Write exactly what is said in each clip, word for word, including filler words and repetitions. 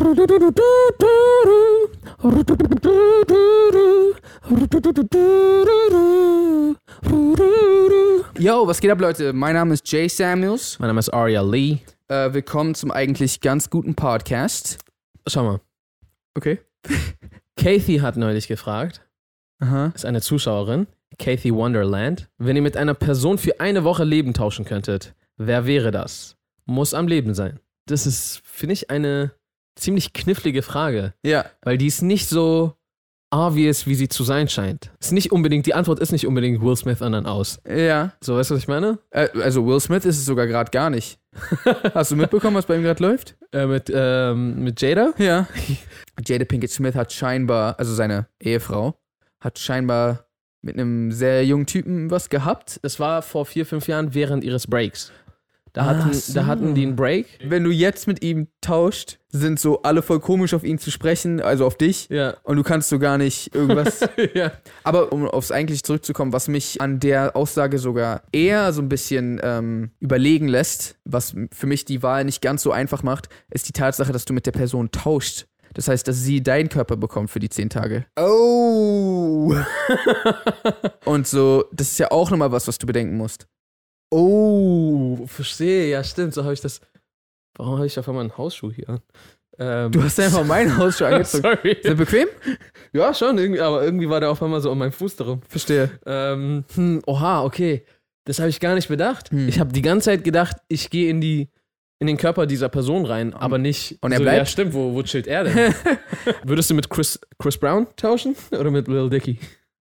Yo, was geht ab, Leute? Mein Name ist Jay Samuels. Mein Name ist Arya Lee. Äh, willkommen zum eigentlich ganz guten Podcast. Schau mal. Okay. Kathy hat neulich gefragt, Aha. ist eine Zuschauerin, Kathy Wonderland, wenn ihr mit einer Person für eine Woche Leben tauschen könntet, wer wäre das? Muss am Leben sein. Das ist, finde ich, eine ziemlich knifflige Frage. Ja. Weil die ist nicht so obvious, wie sie zu sein scheint. Ist nicht unbedingt, die Antwort ist nicht unbedingt Will Smith an dann aus. Ja. So, weißt du, was ich meine? Äh, also Will Smith ist es sogar gerade gar nicht. Hast du mitbekommen, was bei ihm gerade läuft? Äh, mit, ähm, mit Jada? Ja. Jada Pinkett Smith hat scheinbar, also seine Ehefrau, hat scheinbar mit einem sehr jungen Typen was gehabt. Das war vor vier, fünf Jahren während ihres Breaks. Da Ach hatten, so. da hatten die einen Break. Wenn du jetzt mit ihm tauscht, sind so alle voll komisch auf ihn zu sprechen, also auf dich. Ja. Und du kannst so gar nicht irgendwas. Ja. Aber um aufs Eigentliche zurückzukommen, was mich an der Aussage sogar eher so ein bisschen ähm, überlegen lässt, was für mich die Wahl nicht ganz so einfach macht, ist die Tatsache, dass du mit der Person tauscht. Das heißt, dass sie deinen Körper bekommt für die zehn Tage. Oh. Und so, das ist ja auch nochmal was, was du bedenken musst. Oh, verstehe. Ja, stimmt. So habe ich das. Warum habe ich auf einmal einen Hausschuh hier an? Ähm, Du hast einfach meinen Hausschuh angezogen. Sorry. Ist der bequem? Ja, schon, irgendwie, aber irgendwie war der auf einmal so an meinem Fuß drum. Verstehe. Ähm, hm, oha, okay. Das habe ich gar nicht bedacht. Hm. Ich habe die ganze Zeit gedacht, ich gehe in die in den Körper dieser Person rein, aber nicht. Und er so, bleibt? Ja, stimmt. Wo, wo chillt er denn? Würdest du mit Chris, Chris Brown tauschen oder mit Lil Dicky?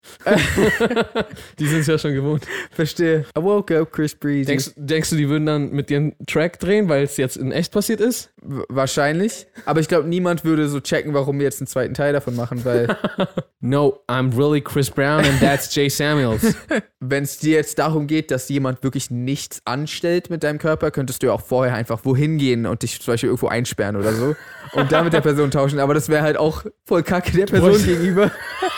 Die sind es ja schon gewohnt. Verstehe. I woke up Chris Breezy. Denkst, denkst du, die würden dann mit dir einen Track drehen, weil es jetzt in echt passiert ist? W- wahrscheinlich. Aber ich glaube, niemand würde so checken, warum wir jetzt einen zweiten Teil davon machen, weil No, I'm really Chris Brown and that's Jay Samuels. wenn es dir jetzt darum geht, dass jemand wirklich nichts anstellt mit deinem Körper, könntest du ja auch vorher einfach wohin gehen und dich zum Beispiel irgendwo einsperren oder so und dann mit der Person tauschen. Aber das wäre halt auch voll kacke der Person Boah. gegenüber.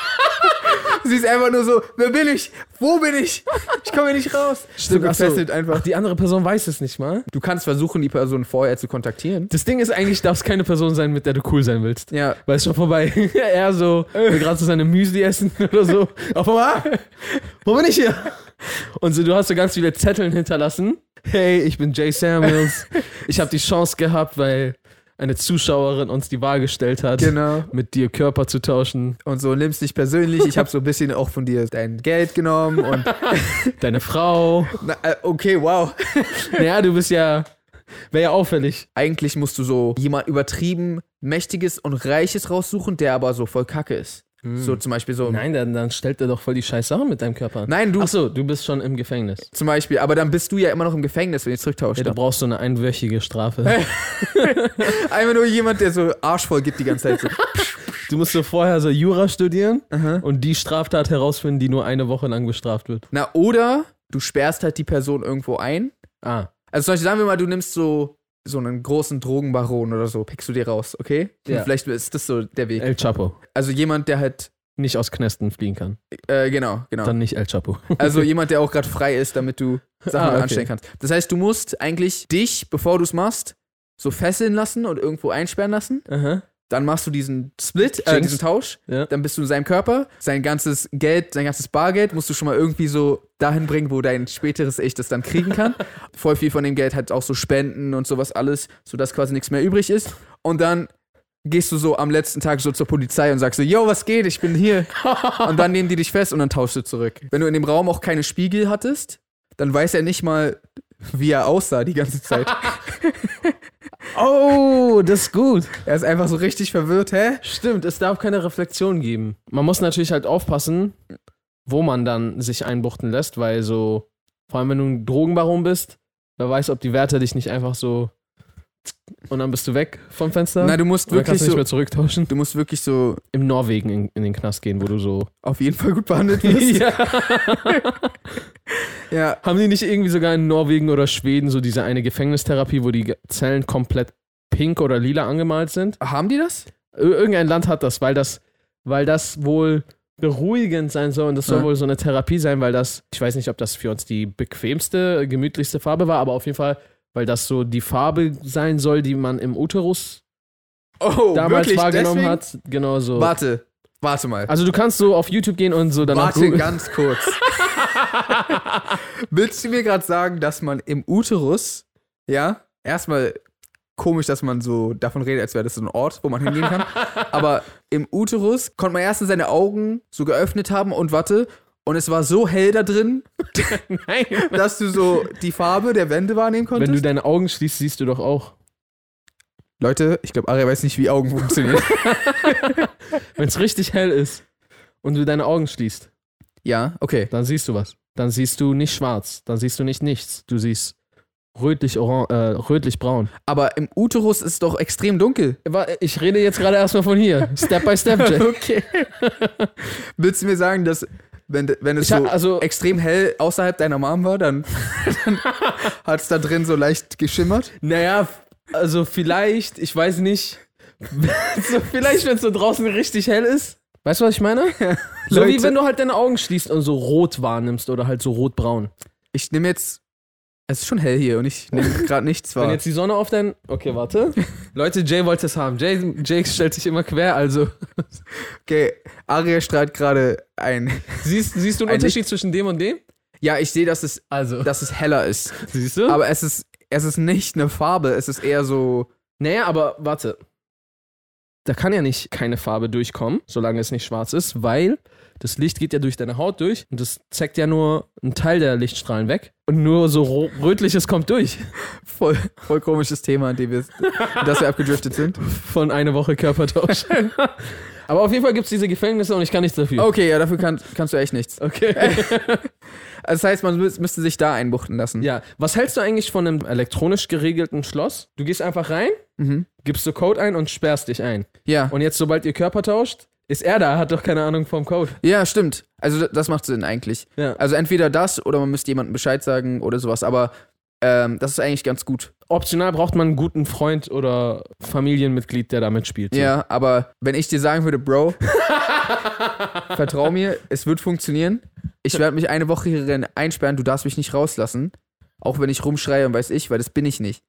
Sie ist einfach nur so, wer bin ich? Wo bin ich? Ich komme hier nicht raus. So ach so. gefesselt einfach. Ach, die andere Person weiß es nicht mal. Du kannst versuchen, die Person vorher zu kontaktieren. Das Ding ist eigentlich, darf es keine Person sein, mit der du cool sein willst. Ja. Weil es schon vorbei. Er so, will gerade so seine Müsli essen oder so. Auf einmal, ah, wo bin ich hier? Und so, du hast so ganz viele Zetteln hinterlassen. Hey, ich bin Jay Samuels. Ich habe die Chance gehabt, weil eine Zuschauerin uns die Wahl gestellt hat, Genau. mit dir Körper zu tauschen. Und so, nimm's nicht persönlich. Ich habe so ein bisschen auch von dir dein Geld genommen und Deine Frau. na, äh, okay, wow. Naja, du bist ja, wäre ja auffällig. Eigentlich musst du so jemand übertrieben Mächtiges und Reiches raussuchen, der aber so voll kacke ist. So zum Beispiel so. Nein, dann, dann stellt er doch voll die scheiß Sachen mit deinem Körper. Nein, du Achso, du bist schon im Gefängnis. zum Beispiel, aber dann bist du ja immer noch im Gefängnis, wenn ich zurücktausche. Ja, du brauchst so eine einwöchige Strafe. Einfach nur jemand, der so arschvoll gibt die ganze Zeit. So. Du musst so vorher so Jura studieren Aha. und die Straftat herausfinden, die nur eine Woche lang bestraft wird. Na, oder du sperrst halt die Person irgendwo ein. Ah. Also zum Beispiel, sagen wir mal, du nimmst so, so einen großen Drogenbaron oder so, pickst du dir raus, okay? Ja. Und vielleicht ist das so der Weg. El Chapo. Also jemand, der halt, Nicht aus Knästen fliehen kann. äh, genau, genau. Dann nicht El Chapo. Also jemand, der auch gerade frei ist, damit du Sachen Ah, okay. anstellen kannst. Das heißt, du musst eigentlich dich, bevor du es machst, so fesseln lassen und irgendwo einsperren lassen. Aha. Dann machst du diesen Split, äh, Jinx. diesen Tausch. Ja. Dann bist du in seinem Körper. Sein ganzes Geld, sein ganzes Bargeld musst du schon mal irgendwie so dahin bringen, wo dein späteres Ich das dann kriegen kann. Voll viel von dem Geld hat auch so Spenden und sowas alles, sodass quasi nichts mehr übrig ist. Und dann gehst du so am letzten Tag so zur Polizei und sagst so, yo, was geht? Ich bin hier. Und dann nehmen die dich fest und dann tauschst du zurück. Wenn du in dem Raum auch keine Spiegel hattest, dann weiß er nicht mal, wie er aussah die ganze Zeit. Oh, das ist gut. Er ist einfach so richtig verwirrt, hä? Stimmt, es darf keine Reflexion geben. Man muss natürlich halt aufpassen, wo man dann sich einbuchten lässt, weil so, vor allem wenn du ein Drogenbaron bist, wer weiß, ob die Wärter dich nicht einfach so und dann bist du weg vom Fenster. Nein, du musst und dann wirklich kannst du nicht so, mehr zurücktauschen. du musst wirklich so Im Norwegen in, in den Knast gehen, wo du so. auf jeden Fall gut behandelt wirst. Ja. Ja. Haben die nicht irgendwie sogar in Norwegen oder Schweden so diese eine Gefängnistherapie, wo die Zellen komplett pink oder lila angemalt sind? Haben die das? Ir- Irgendein Land hat das, weil das, weil das wohl beruhigend sein soll und das soll Ja. wohl so eine Therapie sein, weil das, ich weiß nicht, ob das für uns die bequemste, gemütlichste Farbe war, aber auf jeden Fall, weil das so die Farbe sein soll, die man im Uterus Oh, damals wirklich? wahrgenommen Deswegen? hat. Genau so. Warte, warte mal. Also du kannst so auf YouTube gehen und so danach Warte googeln. ganz kurz. Willst du mir gerade sagen, dass man im Uterus, ja, erstmal komisch, dass man so davon redet, als wäre das so ein Ort, wo man hingehen kann, aber im Uterus konnte man erstens seine Augen so geöffnet haben und warte, und es war so hell da drin, Nein. dass du so die Farbe der Wände wahrnehmen konntest. Wenn du deine Augen schließt, siehst du doch auch. Leute, ich glaube, Aria weiß nicht, wie Augen funktionieren. Wenn es richtig hell ist und du deine Augen schließt, Ja, okay. dann siehst du was. Dann siehst du nicht schwarz, dann siehst du nicht nichts. Du siehst rötlich oran äh, rötlich-braun. Aber im Uterus ist es doch extrem dunkel. Ich rede jetzt gerade erstmal von hier. Step by step, Jay. Okay. Willst du mir sagen, dass wenn, wenn es Ich hab- so also- extrem hell außerhalb deiner Mom war, dann, dann hat es da drin so leicht geschimmert? Naja, also vielleicht, ich weiß nicht. so, vielleicht, wenn es so draußen richtig hell ist. Weißt du, was ich meine? So Leute. wie wenn du halt deine Augen schließt und so rot wahrnimmst oder halt so rotbraun. Ich nehme jetzt. Es ist schon hell hier und ich nehme gerade nichts Wenn wahr. jetzt die Sonne auf dein... Okay, warte. Leute, Jay wollte es haben. Jay, Jay stellt sich immer quer, also... Okay, Aria strahlt gerade ein. Siehst, siehst du einen Ein Unterschied zwischen dem und dem? Ja, ich sehe, dass es, Also, dass es heller ist. siehst du? Aber es ist, es ist nicht eine Farbe, es ist eher so. Naja, aber warte. Da kann ja nicht keine Farbe durchkommen, solange es nicht schwarz ist, weil das Licht geht ja durch deine Haut durch und das zeigt ja nur einen Teil der Lichtstrahlen weg und nur so ro- rötliches kommt durch. Voll, voll komisches Thema, in dem wir, in das wir abgedriftet sind. Von einer Woche Körpertausch. Aber auf jeden Fall gibt es diese Gefängnisse und ich kann nichts dafür. Okay, ja, dafür kann, kannst du echt nichts. Okay. Also das heißt, man mü- müsste sich da einbuchten lassen. Ja, was hältst du eigentlich von einem elektronisch geregelten Schloss? Du gehst einfach rein, Mhm. gibst du Code ein und sperrst dich ein. Ja. Und jetzt, sobald ihr Körper tauscht, ist er da, hat doch keine Ahnung vom Code. Ja, stimmt. Also d- das macht Sinn eigentlich. Ja. Also entweder das oder man müsste jemandem Bescheid sagen oder sowas. Aber ähm, das ist eigentlich ganz gut. Optional braucht man einen guten Freund oder Familienmitglied, der da mitspielt. So. Ja, aber wenn ich dir sagen würde, Bro, vertrau mir, es wird funktionieren. Ich werde mich eine Woche hierin einsperren, du darfst mich nicht rauslassen. Auch wenn ich rumschreie und weiß ich, weil das bin ich nicht.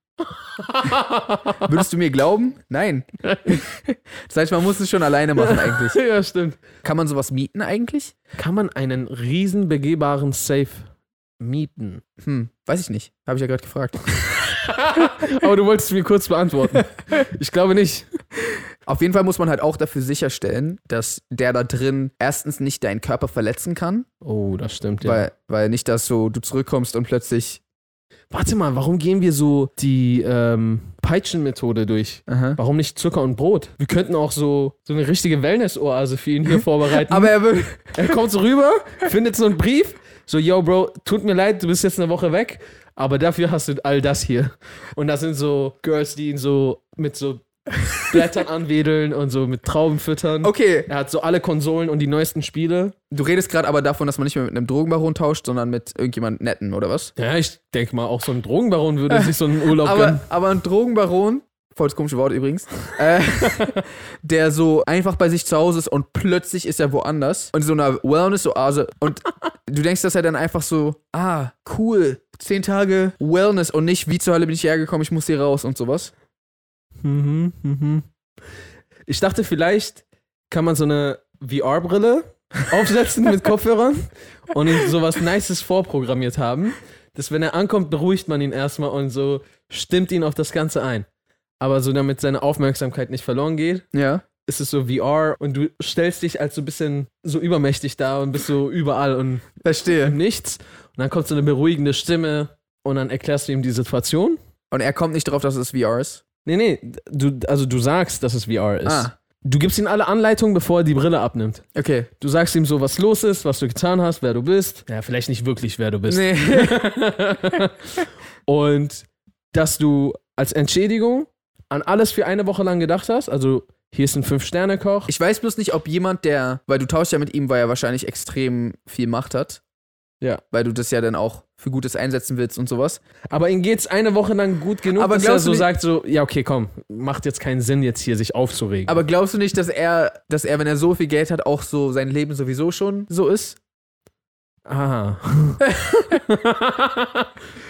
Würdest du mir glauben? Nein. Das heißt, man muss es schon alleine machen eigentlich. Ja, stimmt. Kann man sowas mieten eigentlich? Kann man einen riesen begehbaren Safe mieten? Hm, weiß ich nicht. Habe ich ja gerade gefragt. Aber du wolltest mir kurz beantworten. Ich glaube nicht. Auf jeden Fall muss man halt auch dafür sicherstellen, dass der da drin erstens nicht deinen Körper verletzen kann, Oh, das stimmt, ja. weil, weil nicht, dass so du zurückkommst und plötzlich. Warte mal, warum gehen wir so die ähm, Peitschenmethode durch? Aha. Warum nicht Zucker und Brot? Wir könnten auch so, so eine richtige Wellness-Oase für ihn hier vorbereiten. Aber er will. er kommt so rüber, findet so einen Brief, so, yo, Bro, tut mir leid, du bist jetzt eine Woche weg, aber dafür hast du all das hier. Und das sind so Girls, die ihn so mit so Blättern anwedeln und so mit Trauben füttern. Okay, Er hat so alle Konsolen und die neuesten Spiele. du redest gerade aber davon, dass man nicht mehr mit einem Drogenbaron tauscht, sondern mit irgendjemand Netten, oder was? Ja, ich denke mal, auch so ein Drogenbaron würde sich so einen Urlaub Aber, gönnen. aber ein Drogenbaron, voll das komische Wort übrigens, äh, der so einfach bei sich zu Hause ist und plötzlich ist er woanders und in so einer Wellness-Oase und du denkst, dass er dann einfach so, ah, cool, zehn Tage Wellness und nicht, wie zur Hölle bin ich hergekommen, ich muss hier raus und sowas. Mhm, mhm. Ich dachte, vielleicht kann man so eine V R-Brille aufsetzen mit Kopfhörern und ihm sowas Nices vorprogrammiert haben, dass wenn er ankommt, beruhigt man ihn erstmal und so stimmt ihn auf das Ganze ein. Aber so damit seine Aufmerksamkeit nicht verloren geht, Ja. ist es so V R und du stellst dich als so ein bisschen so übermächtig da und bist so überall und Verstehe. nichts. Und dann kommt so eine beruhigende Stimme und dann erklärst du ihm die Situation. Und er kommt nicht drauf, dass es V R ist. Nee, nee, du, also du sagst, dass es V R ist. Ah. Du gibst ihm alle Anleitungen, bevor er die Brille abnimmt. Okay. Du sagst ihm so, was los ist, was du getan hast, wer du bist. Ja, vielleicht nicht wirklich, wer du bist. Nee. Und dass du als Entschädigung an alles für eine Woche lang gedacht hast. Also hier ist ein Fünf-Sterne-Koch. Ich weiß bloß nicht, ob jemand, der, weil du tauschst ja mit ihm, weil er wahrscheinlich extrem viel Macht hat. Ja. Weil du das ja dann auch für Gutes einsetzen willst und sowas. Aber ihm geht's eine Woche lang gut genug, Aber dass er glaubst so du nicht- sagt so, ja okay, komm, macht jetzt keinen Sinn jetzt hier sich aufzuregen. Aber glaubst du nicht, dass er, dass er, wenn er so viel Geld hat, auch so sein Leben sowieso schon so ist? Aha.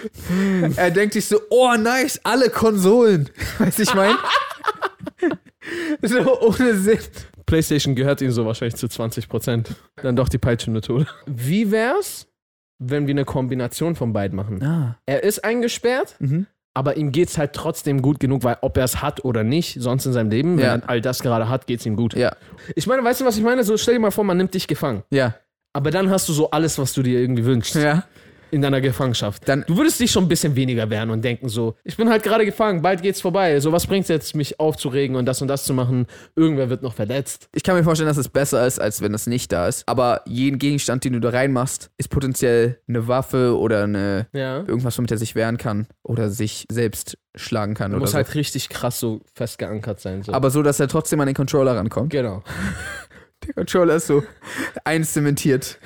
Er denkt sich so, oh nice, alle Konsolen. Weißt du, ich mein? So ohne Sinn. PlayStation gehört ihm so wahrscheinlich zu zwanzig Prozent. Dann doch die Peitschenmethode. Wie wär's, wenn wir eine Kombination von beiden machen? Ah. Er ist eingesperrt, Mhm. aber ihm geht's halt trotzdem gut genug, weil ob er es hat oder nicht, sonst in seinem Leben, wenn Ja. er all das gerade hat, geht's ihm gut. Ja. Ich meine, weißt du, was ich meine? So, stell dir mal vor, man nimmt dich gefangen. Ja. Aber dann hast du so alles, was du dir irgendwie wünschst. Ja. In deiner Gefangenschaft. Dann- du würdest dich schon ein bisschen weniger wehren und denken so, ich bin halt gerade gefangen, bald geht's vorbei. So, was bringt's jetzt, mich aufzuregen und das und das zu machen? Irgendwer wird noch verletzt. Ich kann mir vorstellen, dass es besser ist, als wenn es nicht da ist. Aber jeden Gegenstand, den du da reinmachst, ist potenziell eine Waffe oder eine Ja. irgendwas, womit er sich wehren kann oder sich selbst schlagen kann Du oder musst so. halt richtig krass so fest geankert sein. So. Aber so, dass er trotzdem an den Controller rankommt. genau. Der Controller ist so einzementiert.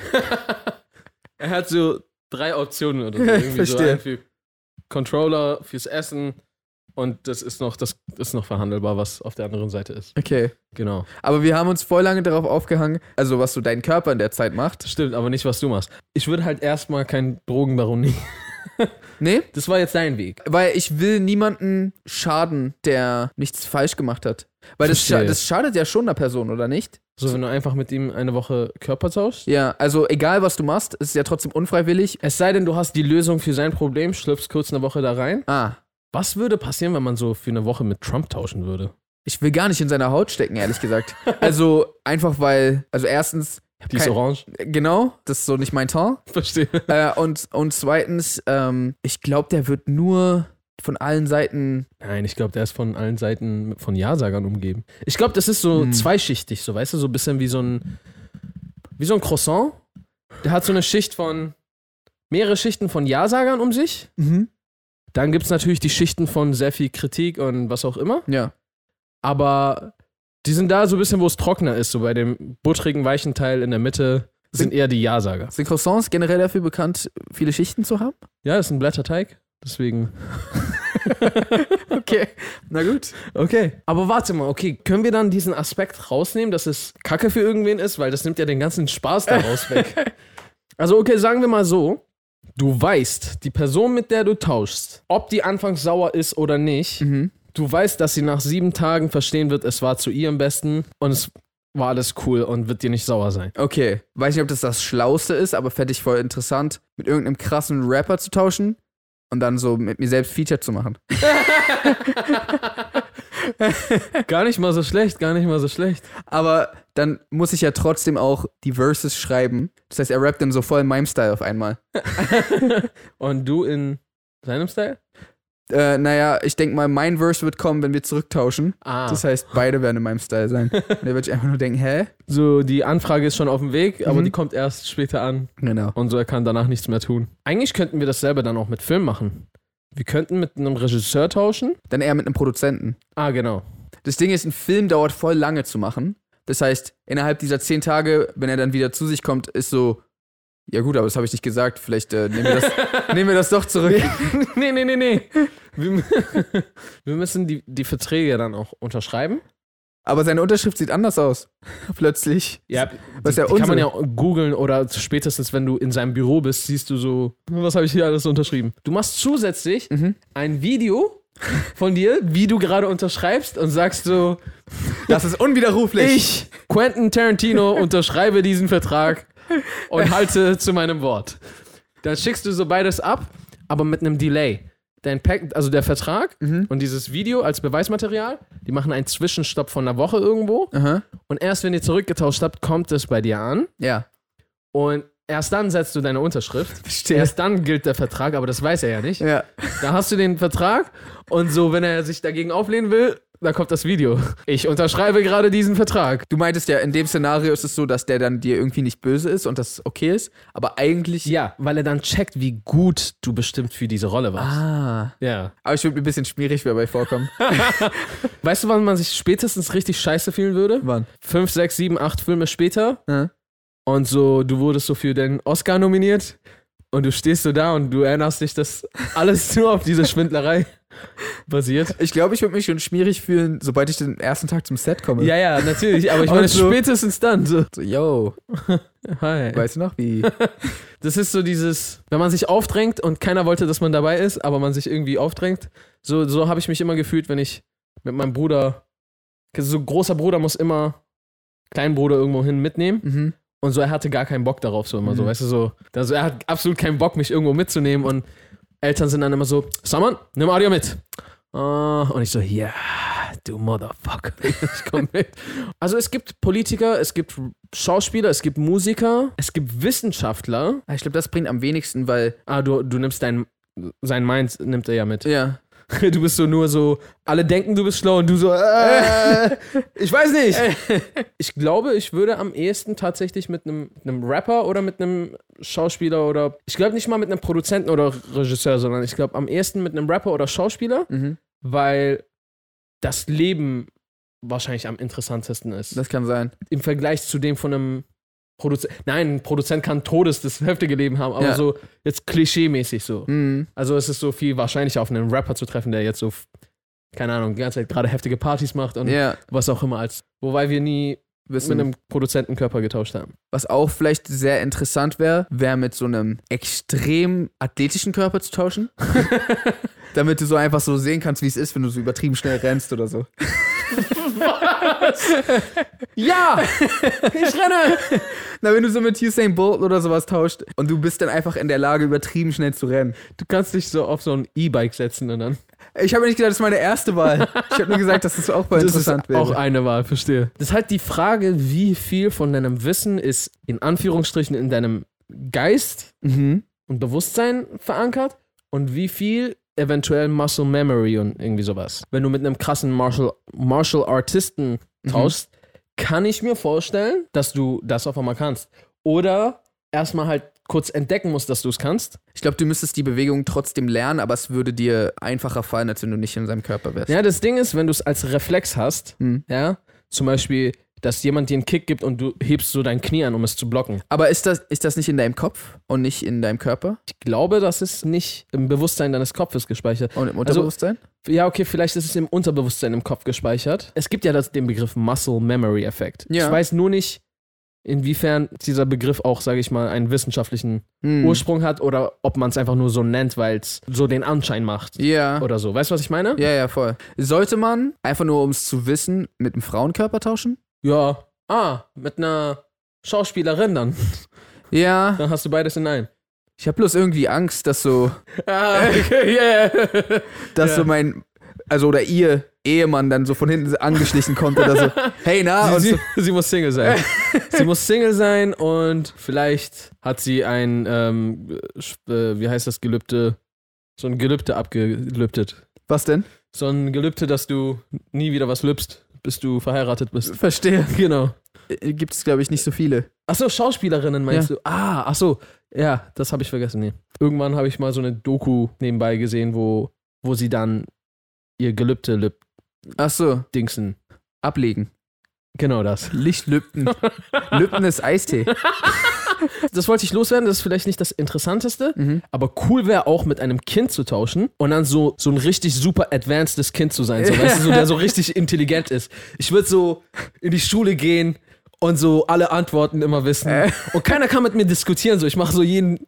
Er hat so drei Optionen oder so. Irgendwie Verstehe. so einen für Controller, fürs Essen und das ist noch, das ist noch verhandelbar, was auf der anderen Seite ist. Okay. Genau. Aber wir haben uns voll lange darauf aufgehangen, also was so dein Körper in der Zeit macht. Stimmt, aber nicht, was du machst. Ich würde halt erstmal kein Drogenbaron nehmen. Nee? Das war jetzt dein Weg. Weil ich will niemanden schaden, der nichts falsch gemacht hat. Weil das, scha Verstehe. das schadet ja schon einer Person, oder nicht? So, wenn du einfach mit ihm eine Woche Körper tauschst. Ja, also egal was du machst, es ist ja trotzdem unfreiwillig. Es sei denn, du hast die Lösung für sein Problem, schlüpfst kurz eine Woche da rein. Ah, Was würde passieren, wenn man so für eine Woche mit Trump tauschen würde? ich will gar nicht in seiner Haut stecken, ehrlich gesagt. Also einfach weil, also erstens, Die ist kein- orange. genau, das ist so nicht mein Ton. Verstehe. äh, und, und zweitens, ähm, ich glaube, der wird nur von allen Seiten. Nein, ich glaube, der ist von allen Seiten von Ja-Sagern umgeben. Ich glaube, das ist so Hm. zweischichtig, so weißt du, so ein bisschen wie so ein wie so ein Croissant. Der hat so eine Schicht von mehrere Schichten von Ja-Sagern um sich. Mhm. Dann gibt es natürlich die Schichten von sehr viel Kritik und was auch immer. Ja. Aber die sind da so ein bisschen, wo es trockener ist. So bei dem buttrigen, weichen Teil in der Mitte sind eher die Ja-Sager. Sind Croissants generell dafür bekannt, viele Schichten zu haben? Ja, ist ein Blätterteig. Deswegen. Okay, na gut. Okay. Aber warte mal, okay, können wir dann diesen Aspekt rausnehmen, dass es Kacke für irgendwen ist? Weil das nimmt ja den ganzen Spaß daraus weg. Also, okay, sagen wir mal so. Du weißt, die Person, mit der du tauschst, ob die anfangs sauer ist oder nicht, Mhm. du weißt, dass sie nach sieben Tagen verstehen wird, es war zu ihrem Besten und es war alles cool und wird dir nicht sauer sein. Okay, weiß nicht, ob das das Schlauste ist, aber fände ich voll interessant, mit irgendeinem krassen Rapper zu tauschen und dann so mit mir selbst Feature zu machen. Gar nicht mal so schlecht, gar nicht mal so schlecht. Aber dann muss ich ja trotzdem auch die Verses schreiben. Das heißt, er rappt dann so voll in meinem Style auf einmal. Und du in seinem Style? Äh, naja, ich denke mal, mein Verse wird kommen, wenn wir zurücktauschen. Ah. Das heißt, beide werden in meinem Style sein. Und da würde ich einfach nur denken, hä? So, die Anfrage ist schon auf dem Weg, aber Mhm. die kommt erst später an. Genau. Und so, er kann danach nichts mehr tun. Eigentlich könnten wir das selber dann auch mit Film machen. Wir könnten mit einem Regisseur tauschen. Dann eher mit einem Produzenten. Ah, genau. Das Ding ist, ein Film dauert voll lange zu machen. Das heißt, innerhalb dieser zehn Tage, wenn er dann wieder zu sich kommt, ist so, ja gut, aber das habe ich nicht gesagt. Vielleicht äh, nehmen, wir das, nehmen wir das doch zurück. nee, nee, nee, nee. Wir, mü- wir müssen die, die Verträge dann auch unterschreiben. Aber seine Unterschrift sieht anders aus. Plötzlich. Ja, Was die, ja die kann man ja unsere- googeln oder spätestens, wenn du in seinem Büro bist, siehst du so, was habe ich hier alles unterschrieben. Du machst zusätzlich Mhm. ein Video von dir, wie du gerade unterschreibst und sagst so, Das ist unwiderruflich. ich, Quentin Tarantino, unterschreibe diesen Vertrag und halte zu meinem Wort. Dann schickst du so beides ab, aber mit einem Delay. Dein Pack, also der Vertrag Mhm. und dieses Video als Beweismaterial, die machen einen Zwischenstopp von einer Woche irgendwo Aha. und erst wenn ihr zurückgetauscht habt, kommt es bei dir an Ja. und erst dann setzt du deine Unterschrift. Verstehe. Erst dann gilt der Vertrag, aber das weiß er ja nicht. Ja. Da hast du den Vertrag und so, wenn er sich dagegen auflehnen will, dann kommt das Video. Ich unterschreibe gerade diesen Vertrag. Du meintest ja, in dem Szenario ist es so, dass der dann dir irgendwie nicht böse ist und das okay ist, aber eigentlich. Ja, weil er dann checkt, wie gut du bestimmt für diese Rolle warst. Ah. Ja. Aber ich würde mir ein bisschen schmierig dabei vorkommen. Weißt du, wann man sich spätestens richtig scheiße fühlen würde? Wann? Fünf, sechs, sieben, acht Filme später. Ja. Und so, du wurdest so für den Oscar nominiert. Und du stehst so da und du erinnerst dich, dass alles nur auf diese Schwindlerei basiert. Ich glaube, ich würde mich schon schmierig fühlen, sobald ich den ersten Tag zum Set komme. Ja, ja, natürlich. Aber ich Und meine, so- spätestens dann. So. So, yo, Hi. weißt du noch wie? Das ist so dieses, wenn man sich aufdrängt und keiner wollte, dass man dabei ist, aber man sich irgendwie aufdrängt. So, so habe ich mich immer gefühlt, wenn ich mit meinem Bruder so großer Bruder muss immer kleinen Bruder irgendwo hin mitnehmen. Mhm. Und so, er hatte gar keinen Bock darauf, so immer Mhm. so, weißt du, so. Also er hat absolut keinen Bock, mich irgendwo mitzunehmen und Eltern sind dann immer so, Saman, nimm Adio mit. Uh, und ich so, ja, yeah, du Motherfucker. Ich komm mit. Also es gibt Politiker, es gibt Schauspieler, es gibt Musiker, es gibt Wissenschaftler. Ich glaube, das bringt am wenigsten, weil. Ah, du, du nimmst dein, sein Mind nimmt er ja mit. Ja. Du bist so nur so, alle denken, du bist schlau und du so, äh, ich weiß nicht. Ich glaube, ich würde am ehesten tatsächlich mit einem, einem Rapper oder mit einem Schauspieler oder, ich glaube nicht mal mit einem Produzenten oder Regisseur, sondern ich glaube am ehesten mit einem Rapper oder Schauspieler, Mhm. weil das Leben wahrscheinlich am interessantesten ist. Das kann sein. Im Vergleich zu dem von einem Produzent. Nein, ein Produzent kann Todes, das heftige Leben haben, aber Ja. so jetzt klischee-mäßig so. Mhm. Also es ist so viel wahrscheinlicher auf einen Rapper zu treffen, der jetzt so, keine Ahnung, die ganze Zeit gerade heftige Partys macht und Ja. was auch immer als. Wobei wir nie Wissen. mit einem Produzentenkörper getauscht haben. Was auch vielleicht sehr interessant wäre, wäre mit so einem extrem athletischen Körper zu tauschen. Damit du so einfach so sehen kannst, wie es ist, wenn du so übertrieben schnell rennst oder so. Ja! Ich renne! Na, wenn du so mit Usain Bolt oder sowas tauscht und du bist dann einfach in der Lage, übertrieben schnell zu rennen. Du kannst dich so auf so ein E-Bike setzen und dann. Ich habe nicht gesagt, das ist meine erste Wahl. Ich habe nur gesagt, dass das auch voll Das interessant ist wäre. auch eine Wahl, verstehe. Das ist halt die Frage, wie viel von deinem Wissen ist in Anführungsstrichen in deinem Geist Mhm. und Bewusstsein verankert und wie viel eventuell Muscle Memory und irgendwie sowas. Wenn du mit einem krassen Martial, Martial Artisten tauschst, kann ich mir vorstellen, dass du das auf einmal kannst. Oder erstmal halt kurz entdecken musst, dass du es kannst. Ich glaube, du müsstest die Bewegung trotzdem lernen, aber es würde dir einfacher fallen, als wenn du nicht in seinem Körper wärst. Ja, das Ding ist, wenn du es als Reflex hast, Hm. ja, zum Beispiel, dass jemand dir einen Kick gibt und du hebst so dein Knie an, um es zu blocken. Aber ist das, ist das nicht in deinem Kopf und nicht in deinem Körper Ich glaube, das ist nicht im Bewusstsein deines Kopfes gespeichert. und im Unterbewusstsein? Ja, okay, vielleicht ist es im Unterbewusstsein im Kopf gespeichert. Es gibt ja das, den Begriff Muscle Memory Effekt. Ja. Ich weiß nur nicht, inwiefern dieser Begriff auch, sage ich mal, einen wissenschaftlichen Hm. Ursprung hat oder ob man es einfach nur so nennt, weil es so den Anschein macht. Ja. Oder so. Weißt du, was ich meine? Ja, ja, voll. Sollte man, einfach nur um es zu wissen, mit einem Frauenkörper tauschen? Ja. Ah, mit einer Schauspielerin dann. Ja. Dann hast du beides in einem. Ich habe bloß irgendwie Angst, dass so, Ah, okay, yeah. dass Ja. so mein, also oder ihr Ehemann dann so von hinten angeschlichen kommt oder so. Hey, na? Und Sie, so, sie, sie muss Single sein. Sie muss Single sein und vielleicht hat sie ein, ähm, äh, wie heißt das, Gelübde, so ein Gelübde abgelübdet. was denn? So ein Gelübde, dass du nie wieder was lübst, bis du verheiratet bist. Verstehe. Genau. Gibt es, glaube ich, nicht so viele. Achso, Schauspielerinnen meinst du? Ah, achso. Ja, das habe ich vergessen. Nee. Irgendwann habe ich mal so eine Doku nebenbei gesehen, wo, wo sie dann ihr Gelübde lüb Ach so, dingsen. ablegen. Genau das. Lichtlübten. Lübten ist Eistee. Das wollte ich loswerden, das ist vielleicht nicht das Interessanteste, Mhm. aber cool wäre auch mit einem Kind zu tauschen und dann so, so ein richtig super advancedes Kind zu sein, so, weißt du, so, der so richtig intelligent ist. Ich würde so in die Schule gehen und so alle Antworten immer wissen Äh. und keiner kann mit mir diskutieren, so ich mache so jeden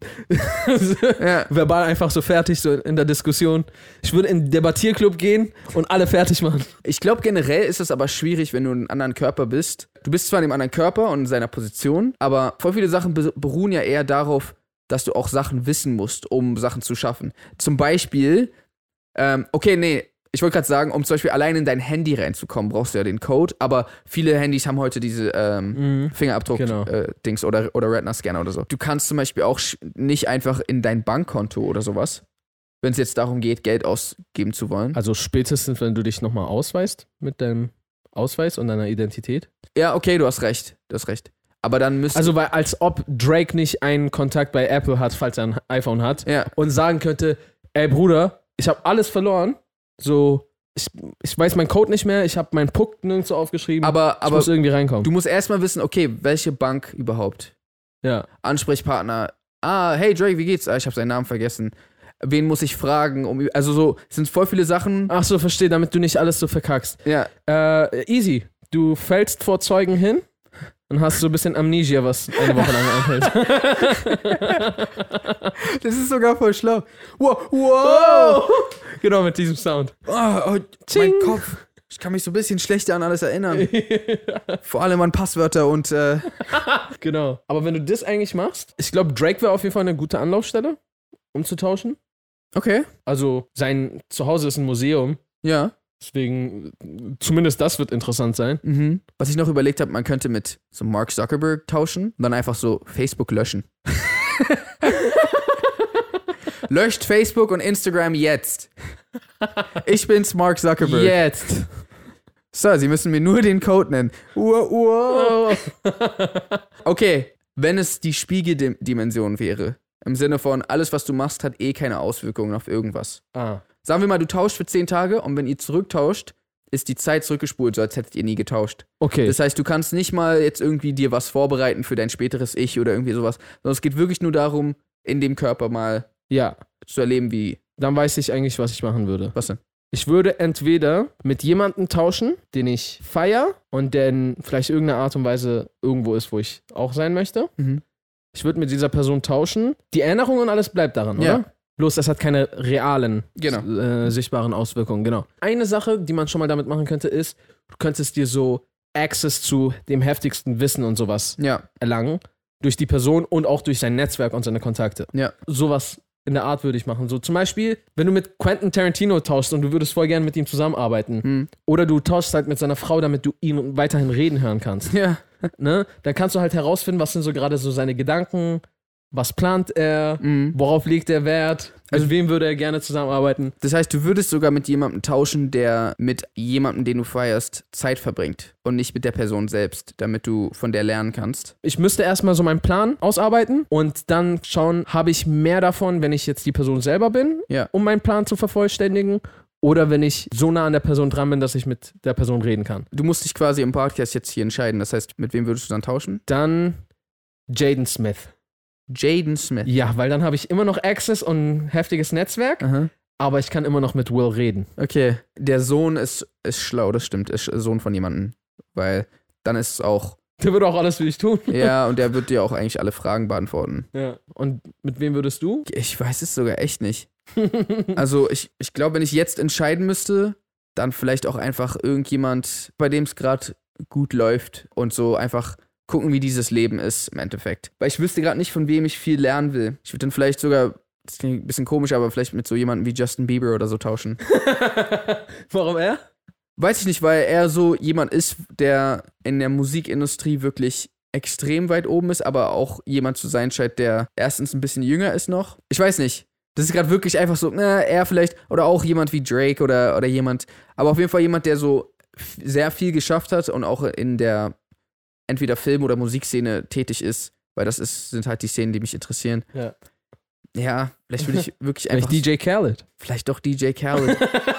Ja. verbal einfach so fertig, so in der Diskussion. Ich würde in den Debattierclub gehen und alle fertig machen. Ich glaube, generell ist es aber schwierig, wenn du in einem anderen Körper bist. Du bist zwar in einem anderen Körper und in seiner Position, aber voll viele Sachen be- beruhen ja eher darauf, dass du auch Sachen wissen musst, um Sachen zu schaffen. Zum Beispiel, ähm, okay, nee, ich wollte gerade sagen, um zum Beispiel allein in dein Handy reinzukommen, brauchst du ja den Code, aber viele Handys haben heute diese ähm, Genau. Fingerabdruck-Dings oder, oder Retina-Scanner oder so. Du kannst zum Beispiel auch sch- nicht einfach in dein Bankkonto oder sowas, wenn es jetzt darum geht, Geld ausgeben zu wollen. Also spätestens, wenn du dich nochmal ausweist mit deinem Ausweis und deiner Identität. Ja, okay, du hast recht, du hast recht. Aber dann müsste... Also, weil als ob Drake nicht einen Kontakt bei Apple hat, falls er ein iPhone hat, ja. und sagen könnte, ey Bruder, ich habe alles verloren, so, ich, ich weiß meinen Code nicht mehr, ich habe meinen Puck nirgendwo aufgeschrieben, Aber, ich aber muss irgendwie reinkommen. du musst erstmal wissen, okay, welche Bank überhaupt? ja. Ansprechpartner. Ah, hey Drake, wie geht's? Ah, ich habe seinen Namen vergessen. Wen muss ich fragen? Um, also so, es sind voll viele Sachen. Ach so, verstehe, damit du nicht alles so verkackst. Ja. Äh, easy. Du fällst vor Zeugen hin und hast so ein bisschen Amnesia, was eine Woche lang anhält. Das ist sogar voll schlau. Wow, wow. Genau, mit diesem Sound. Oh, oh, Ting. mein Kopf. Ich kann mich so ein bisschen schlechter an alles erinnern. Vor allem an Passwörter und äh, Genau. Aber wenn du das eigentlich machst, ich glaube, Drake wäre auf jeden Fall eine gute Anlaufstelle, um zu tauschen. okay. Also sein Zuhause ist ein Museum, Ja. deswegen zumindest das wird interessant sein. Mhm. Was ich noch überlegt habe, man könnte mit so Mark Zuckerberg tauschen und dann einfach so Facebook löschen. Löscht Facebook und Instagram jetzt. Ich bin's, Mark Zuckerberg. Jetzt. So, Sie müssen mir nur den Code nennen. Wow, wow. Okay, wenn es die Spiegeldimension wäre, im Sinne von, alles, was du machst, hat eh keine Auswirkungen auf irgendwas. Ah. Sagen wir mal, du tauscht für zehn Tage und wenn ihr zurücktauscht, ist die Zeit zurückgespult, so als hättet ihr nie getauscht. Okay. Das heißt, du kannst nicht mal jetzt irgendwie dir was vorbereiten für dein späteres Ich oder irgendwie sowas, sondern es geht wirklich nur darum, in dem Körper mal Ja, zu erleben, wie, dann weiß ich eigentlich, was ich machen würde. was denn? Ich würde entweder mit jemandem tauschen, den ich feier und der in vielleicht irgendeiner Art und Weise irgendwo ist, wo ich auch sein möchte. Mhm. Ich würde mit dieser Person tauschen. Die Erinnerung und alles bleibt daran, Ja. oder? Bloß, das hat keine realen, Genau. äh, sichtbaren Auswirkungen, genau. Eine Sache, die man schon mal damit machen könnte, ist, du könntest dir so Access zu dem heftigsten Wissen und sowas Ja, erlangen. Durch die Person und auch durch sein Netzwerk und seine Kontakte. ja. Sowas in der Art würde ich machen. So zum Beispiel, wenn du mit Quentin Tarantino tauschst und du würdest voll gerne mit ihm zusammenarbeiten. Hm. Oder du tauschst halt mit seiner Frau, damit du ihn weiterhin reden hören kannst. Ja. Ne? Dann kannst du halt herausfinden, was sind so gerade so seine Gedanken, was plant er, Mhm. worauf legt er Wert, mit Also- wem würde er gerne zusammenarbeiten. Das heißt, du würdest sogar mit jemandem tauschen, der mit jemandem, den du feierst, Zeit verbringt und nicht mit der Person selbst, damit du von der lernen kannst. Ich müsste erstmal so meinen Plan ausarbeiten und dann schauen, habe ich mehr davon, wenn ich jetzt die Person selber bin, Ja. um meinen Plan zu vervollständigen, oder wenn ich so nah an der Person dran bin, dass ich mit der Person reden kann. Du musst dich quasi im Podcast jetzt hier entscheiden. Das heißt, mit wem würdest du dann tauschen? Dann Jaden Smith. Jaden Smith. Ja, weil dann habe ich immer noch Access und ein heftiges Netzwerk, Aha. aber ich kann immer noch mit Will reden. Okay. Der Sohn ist, ist schlau, das stimmt. Ist Sohn von jemandem. Weil dann ist es auch. Der würde auch alles für dich tun. Ja, und der wird dir auch eigentlich alle Fragen beantworten. Ja. Und mit wem würdest du? Ich weiß es sogar echt nicht. Also, ich, ich glaube, wenn ich jetzt entscheiden müsste, dann vielleicht auch einfach irgendjemand, bei dem es gerade gut läuft und so einfach gucken, wie dieses Leben ist im Endeffekt. Weil ich wüsste gerade nicht, von wem ich viel lernen will. Ich würde dann vielleicht sogar, das klingt ein bisschen komisch, aber vielleicht mit so jemandem wie Justin Bieber oder so tauschen. Warum er? Weiß ich nicht, weil er so jemand ist, der in der Musikindustrie wirklich extrem weit oben ist, aber auch jemand zu sein scheint, der erstens ein bisschen jünger ist noch. Ich weiß nicht. Das ist gerade wirklich einfach so, na, er vielleicht, oder auch jemand wie Drake oder, oder jemand, aber auf jeden Fall jemand, der so f- sehr viel geschafft hat und auch in der entweder Film- oder Musikszene tätig ist, weil das ist, sind halt die Szenen, die mich interessieren. Ja. Ja, vielleicht würde ich wirklich Vielleicht einfach, D J Khaled. vielleicht doch D J Khaled.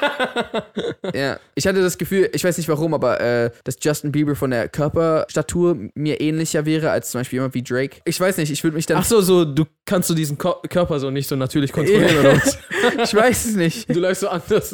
Ja, ich hatte das Gefühl, ich weiß nicht warum, aber äh, dass Justin Bieber von der Körperstatur mir ähnlicher wäre als zum Beispiel jemand wie Drake. Ich weiß nicht, ich würde mich dann. Ach so, so, du kannst du diesen Ko- Körper so nicht so natürlich kontrollieren oder was? Ich weiß es nicht. Du läufst so anders.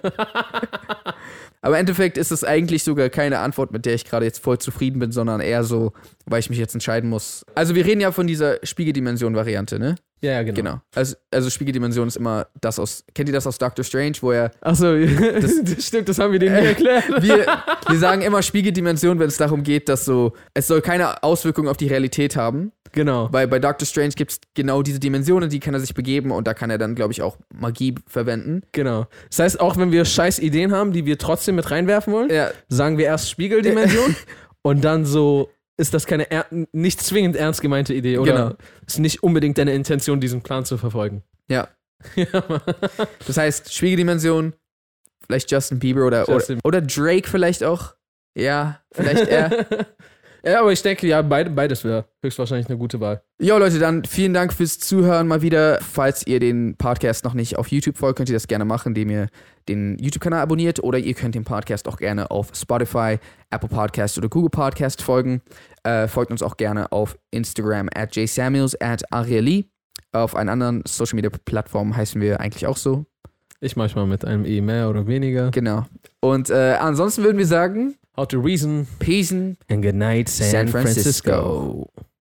Aber im Endeffekt ist es eigentlich sogar keine Antwort, mit der ich gerade jetzt voll zufrieden bin, sondern eher so, weil ich mich jetzt entscheiden muss. Also wir reden ja von dieser Spiegeldimension-Variante, ne? Ja, ja, genau. Genau. Also, also Spiegeldimension ist immer das aus, kennt ihr das aus Doctor Strange, wo er, Ach so, das, das stimmt, das haben wir denen nie erklärt. wir, wir sagen immer Spiegeldimension, wenn es darum geht, dass so, es soll keine Auswirkungen auf die Realität haben, Genau. weil bei Doctor Strange gibt es genau diese Dimensionen, die kann er sich begeben und da kann er dann, glaube ich, auch Magie verwenden. Genau. Das heißt, auch wenn wir scheiß Ideen haben, die wir trotzdem mit reinwerfen wollen, Ja, sagen wir erst Spiegeldimension und dann so ist das keine er- nicht zwingend ernst gemeinte Idee oder Genau. ist nicht unbedingt deine Intention, diesen Plan zu verfolgen. ja. Ja, Mann. Das heißt, Spiegeldimension, vielleicht Justin Bieber oder, Justin. oder, oder Drake vielleicht auch. Ja, vielleicht er. Ja, aber ich denke, ja, beid, beides wäre höchstwahrscheinlich eine gute Wahl. Jo, Leute, dann vielen Dank fürs Zuhören mal wieder. Falls ihr den Podcast noch nicht auf YouTube folgt, könnt ihr das gerne machen, indem ihr den YouTube-Kanal abonniert oder ihr könnt dem Podcast auch gerne auf Spotify, Apple Podcast oder Google Podcast folgen. Äh, folgt uns auch gerne auf Instagram at jsamuels at arieli. Auf einen anderen Social-Media-Plattformen heißen wir eigentlich auch so. Ich manchmal mit einem E mehr oder weniger. Genau. Und äh, ansonsten würden wir sagen, How to reason Peace and and good night, San, San Francisco. Francisco.